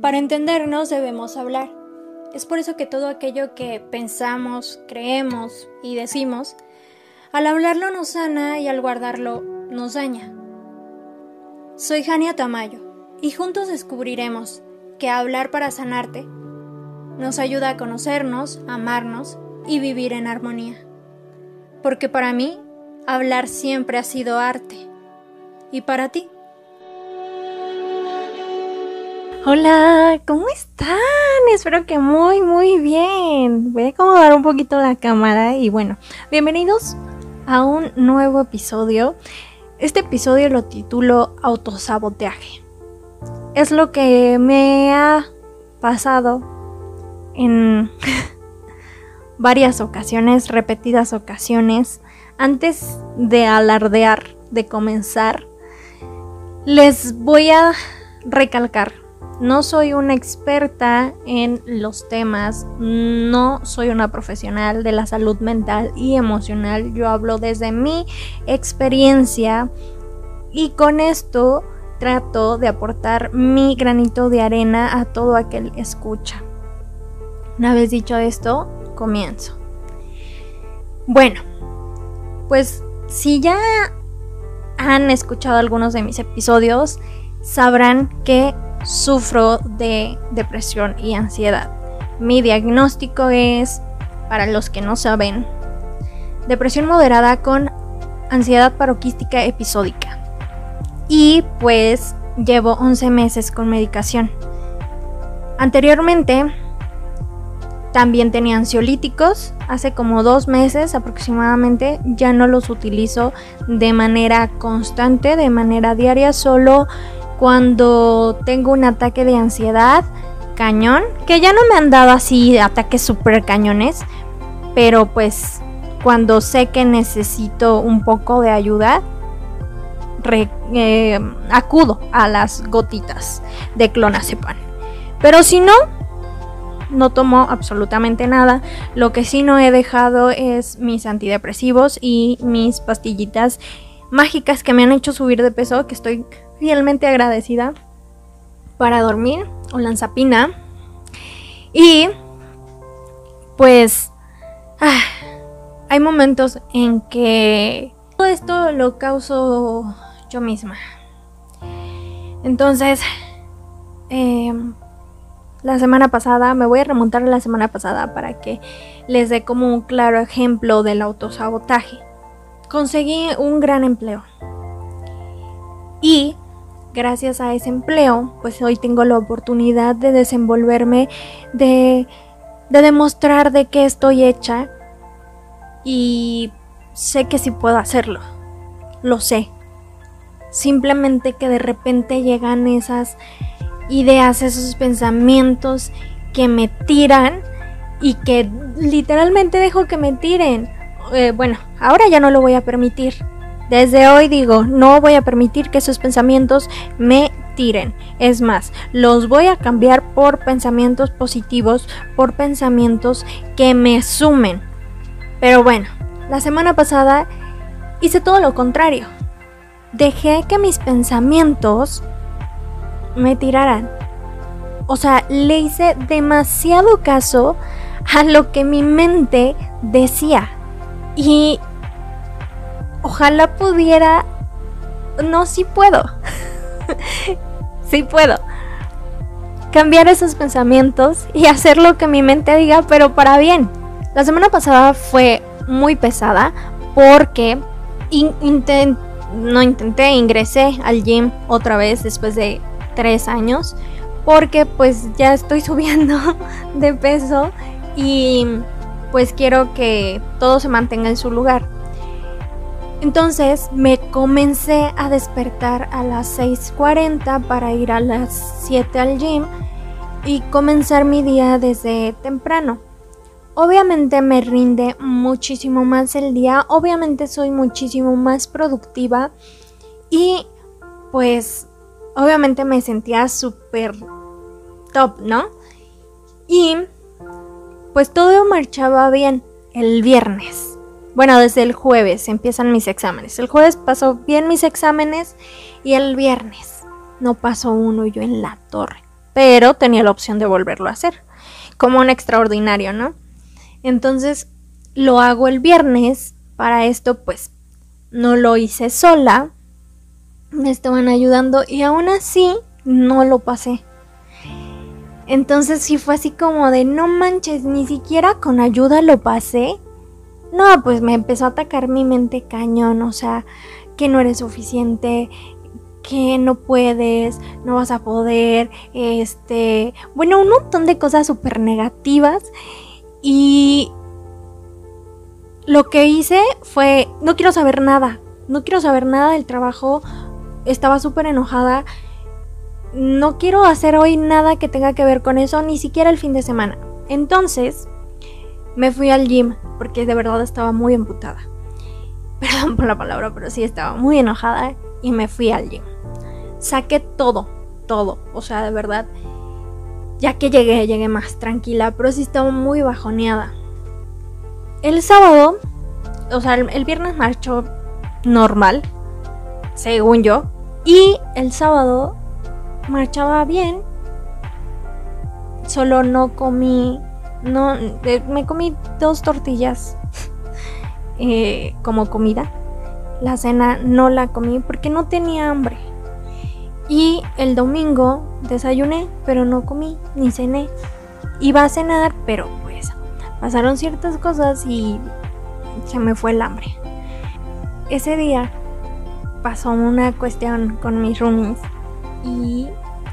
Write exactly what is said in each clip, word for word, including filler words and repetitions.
Para entendernos debemos hablar. Es por eso que todo aquello que pensamos, creemos y decimos, al hablarlo nos sana y al guardarlo nos daña. Soy Jania Tamayo y juntos descubriremos que hablar para sanarte nos ayuda a conocernos, amarnos y vivir en armonía. Porque para mí, hablar siempre ha sido arte. ¿Y para ti? Hola, ¿cómo están? Espero que muy muy bien. Voy a acomodar un poquito la cámara y bueno, bienvenidos a un nuevo episodio. Este episodio lo titulo Autosabotaje. Es lo que me ha pasado en varias ocasiones, repetidas ocasiones. Antes de alardear, de comenzar, les voy a recalcar. No soy una experta en los temas, no soy una profesional de la salud mental y emocional. Yo hablo desde mi experiencia y con esto trato de aportar mi granito de arena a todo aquel que escucha. Una vez dicho esto, comienzo. Bueno, pues si ya han escuchado algunos de mis episodios, sabrán que sufro de depresión y ansiedad. Mi diagnóstico es, para los que no saben, depresión moderada con ansiedad paroxística episódica. Y pues llevo once meses con medicación. Anteriormente también tenía ansiolíticos. Hace como dos meses aproximadamente ya no los utilizo de manera constante, de manera diaria, solo cuando tengo un ataque de ansiedad cañón, que ya no me han dado así ataques súper cañones, pero pues cuando sé que necesito un poco de ayuda, re, eh, acudo a las gotitas de clonazepam. Pero si no, no tomo absolutamente nada. Lo que sí no he dejado es mis antidepresivos y mis pastillitas mágicas que me han hecho subir de peso, que estoy fielmente agradecida, para dormir, olanzapina. Y pues ah, hay momentos en que todo esto lo causo yo misma. Entonces eh, la semana pasada, me voy a remontar a la semana pasada para que les dé como un claro ejemplo del autosabotaje. Conseguí un gran empleo y gracias a ese empleo, pues hoy tengo la oportunidad de desenvolverme, de, de demostrar de qué estoy hecha y sé que sí puedo hacerlo, lo sé. Simplemente que de repente llegan esas ideas, esos pensamientos que me tiran y que literalmente dejo que me tiren. Eh, bueno, ahora ya no lo voy a permitir. Desde hoy digo, no voy a permitir que esos pensamientos me tiren. Es más, los voy a cambiar por pensamientos positivos, por pensamientos que me sumen. Pero bueno, la semana pasada hice todo lo contrario. Dejé que mis pensamientos me tiraran. O sea, le hice demasiado caso a lo que mi mente decía. Y ojalá pudiera... No, sí puedo. Sí puedo. Cambiar esos pensamientos y hacer lo que mi mente diga, pero para bien. La semana pasada fue muy pesada porque in- intent- no intenté, ingresé al gym otra vez después de tres años. Porque pues ya estoy subiendo de peso y pues quiero que todo se mantenga en su lugar. Entonces me comencé a despertar a las seis cuarenta para ir a las siete al gym y comenzar mi día desde temprano. Obviamente me rinde muchísimo más el día, obviamente soy muchísimo más productiva y pues obviamente me sentía súper top, ¿no? Y pues todo marchaba bien el viernes. Bueno, desde el jueves empiezan mis exámenes. El jueves pasó bien mis exámenes y el viernes no pasó uno yo en la torre. pero tenía la opción de volverlo a hacer, como un extraordinario, ¿no? Entonces lo hago el viernes. Para esto pues no lo hice sola, me estaban ayudando y aún así no lo pasé. Entonces sí fue así como de no manches, ni siquiera con ayuda lo pasé. No, pues me empezó a atacar mi mente cañón, o sea, que no eres suficiente, que no puedes, no vas a poder, este, bueno, un montón de cosas súper negativas. Y lo que hice fue, no quiero saber nada, no quiero saber nada del trabajo, estaba súper enojada, no quiero hacer hoy nada que tenga que ver con eso, ni siquiera el fin de semana. Entonces me fui al gym, porque de verdad estaba muy emputada. Perdón por la palabra, pero sí estaba muy enojada y me fui al gym. Saqué todo, todo, o sea, de verdad, ya que llegué, llegué más tranquila, pero sí estaba muy bajoneada. El sábado, o sea, el, el viernes marchó normal, según yo, y el sábado marchaba bien, solo no comí, no, eh, me comí dos tortillas eh, como comida. La cena no la comí porque no tenía hambre. Y el domingo desayuné, pero no comí ni cené. Iba a cenar, pero pues pasaron ciertas cosas y se me fue el hambre. Ese día pasó una cuestión con mis roomies y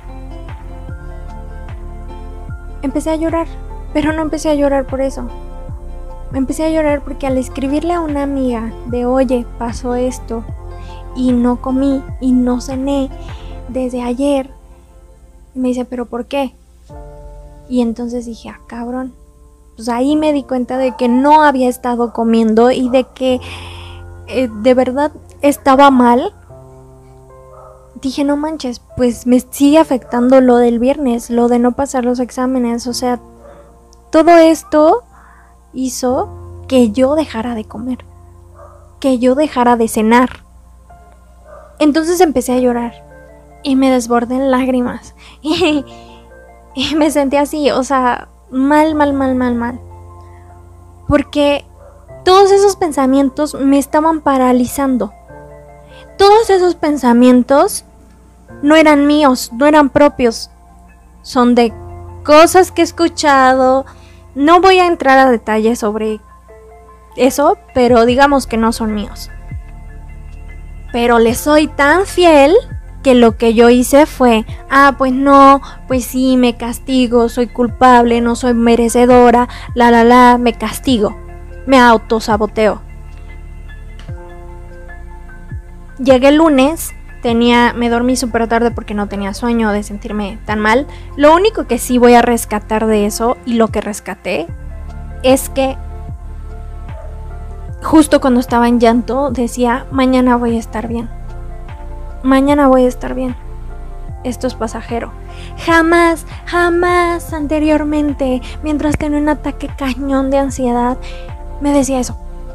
empecé a llorar, pero no empecé a llorar por eso. Empecé a llorar porque al escribirle a una amiga de oye, pasó esto y no comí y no cené desde ayer, me dice, ¿pero por qué? Y entonces dije, ah, cabrón. Pues ahí me di cuenta de que no había estado comiendo y de que eh, de verdad estaba mal. Dije, no manches, pues me sigue afectando lo del viernes, lo de no pasar los exámenes. O sea, todo esto hizo que yo dejara de comer, que yo dejara de cenar. Entonces empecé a llorar y me desbordé en lágrimas y, y me sentí así, o sea, mal, mal, mal, mal, mal. Porque todos esos pensamientos me estaban paralizando. Todos esos pensamientos no eran míos, no eran propios. Son de cosas que he escuchado. No voy a entrar a detalles sobre eso, pero digamos que no son míos. Pero les soy tan fiel que lo que yo hice fue, ah, pues no, pues sí, me castigo, soy culpable, no soy merecedora, la, la, la, me castigo, me autosaboteo. Llegué el lunes, tenía, me dormí súper tarde porque no tenía sueño de sentirme tan mal. Lo único que sí voy a rescatar de eso, y lo que rescaté, es que justo cuando estaba en llanto decía, mañana voy a estar bien. Mañana voy a estar bien. Esto es pasajero. Jamás, jamás anteriormente, mientras tenía un ataque cañón de ansiedad, me decía eso.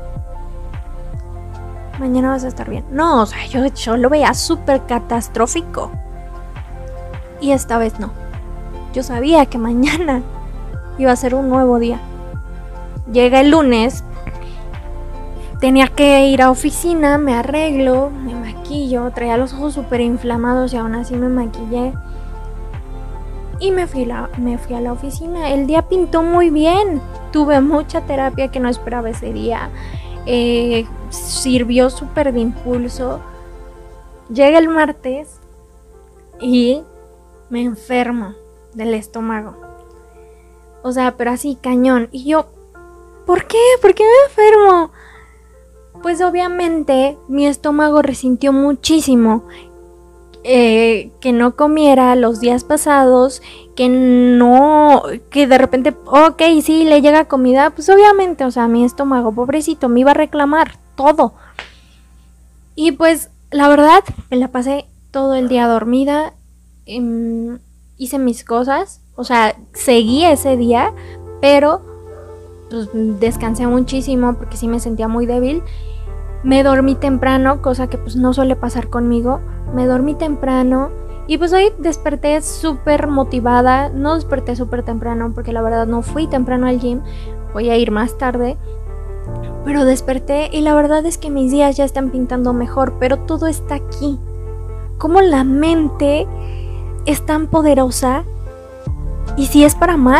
Mañana vas a estar bien. No, o sea, yo, yo lo veía súper catastrófico. Y esta vez no. Yo sabía que mañana iba a ser un nuevo día. Llega el lunes. Tenía que ir a oficina, me arreglo, me maquillo, traía los ojos súper inflamados y aún así me maquillé. Y me fui, la, me fui a la oficina. El día pintó muy bien. Tuve mucha terapia que no esperaba ese día. Eh, sirvió súper de impulso. Llega el martes y me enfermo del estómago. O sea, pero así cañón. Y yo, ¿por qué? ¿Por qué me enfermo? Pues obviamente mi estómago resintió muchísimo eh, que no comiera los días pasados, que no, que de repente, ok, sí, le llega comida, pues obviamente, o sea, mi estómago, pobrecito, me iba a reclamar todo. Y pues, la verdad, me la pasé todo el día dormida, eh, hice mis cosas, o sea, seguí ese día, pero pues descansé muchísimo porque sí me sentía muy débil. Me dormí temprano, cosa que pues no suele pasar conmigo. Me dormí temprano Y pues hoy desperté súper motivada, no desperté súper temprano porque la verdad no fui temprano al gym, voy a ir más tarde, pero desperté y la verdad es que mis días ya están pintando mejor, pero todo está aquí. Cómo la mente es tan poderosa y si es para mal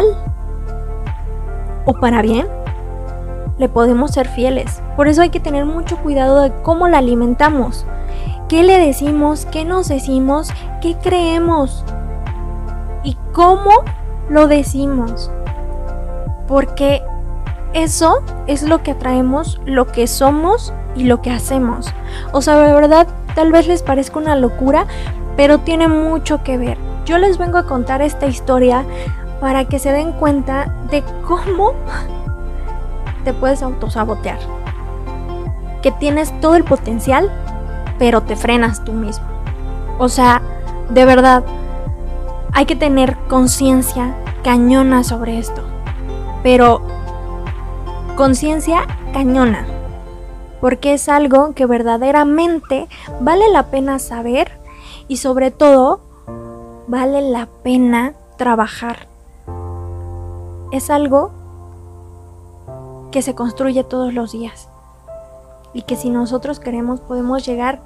o para bien, le podemos ser fieles. Por eso hay que tener mucho cuidado de cómo la alimentamos. ¿Qué le decimos? ¿Qué nos decimos? ¿Qué creemos? ¿Y cómo lo decimos? Porque eso es lo que atraemos, lo que somos y lo que hacemos. O sea, de verdad, tal vez les parezca una locura, pero tiene mucho que ver. Yo les vengo a contar esta historia para que se den cuenta de cómo te puedes autosabotear. Que tienes todo el potencial, pero te frenas tú mismo. O sea, de verdad, hay que tener conciencia cañona sobre esto. Pero conciencia cañona. Porque es algo que verdaderamente vale la pena saber y sobre todo vale la pena trabajar. Es algo que se construye todos los días. Y que si nosotros queremos podemos llegar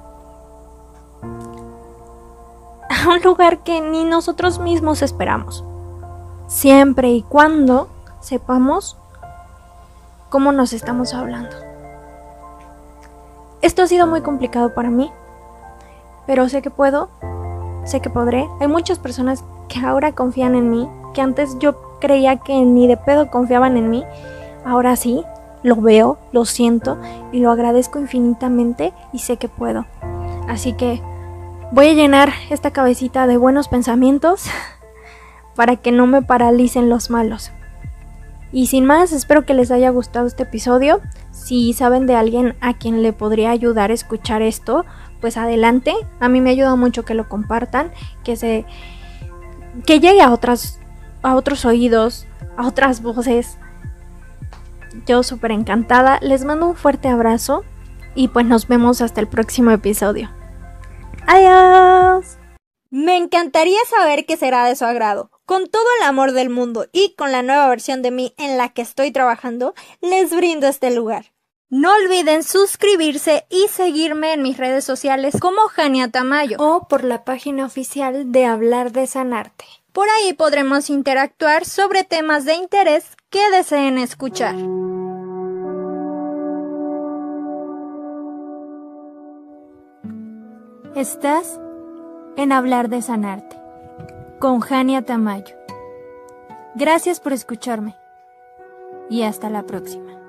a un lugar que ni nosotros mismos esperamos. Siempre y cuando sepamos cómo nos estamos hablando. Esto ha sido muy complicado para mí, pero sé que puedo, sé que podré. Hay muchas personas que ahora confían en mí, que antes yo creía que ni de pedo confiaban en mí. Ahora sí. Lo veo, lo siento y lo agradezco infinitamente y sé que puedo. Así que voy a llenar esta cabecita de buenos pensamientos para que no me paralicen los malos. Y sin más, espero que les haya gustado este episodio. Si saben de alguien a quien le podría ayudar a escuchar esto, pues adelante. A mí me ayuda mucho que lo compartan, que se que llegue a otras a otros oídos, a otras voces. Yo súper encantada, les mando un fuerte abrazo y pues nos vemos hasta el próximo episodio. ¡Adiós! Me encantaría saber qué será de su agrado. Con todo el amor del mundo y con la nueva versión de mí en la que estoy trabajando, les brindo este lugar. No olviden suscribirse y seguirme en mis redes sociales como Jania Tamayo o por la página oficial de Hablar de Sanarte. Por ahí podremos interactuar sobre temas de interés que deseen escuchar. Estás en Hablar de Sanarte con Jania Tamayo. Gracias por escucharme y hasta la próxima.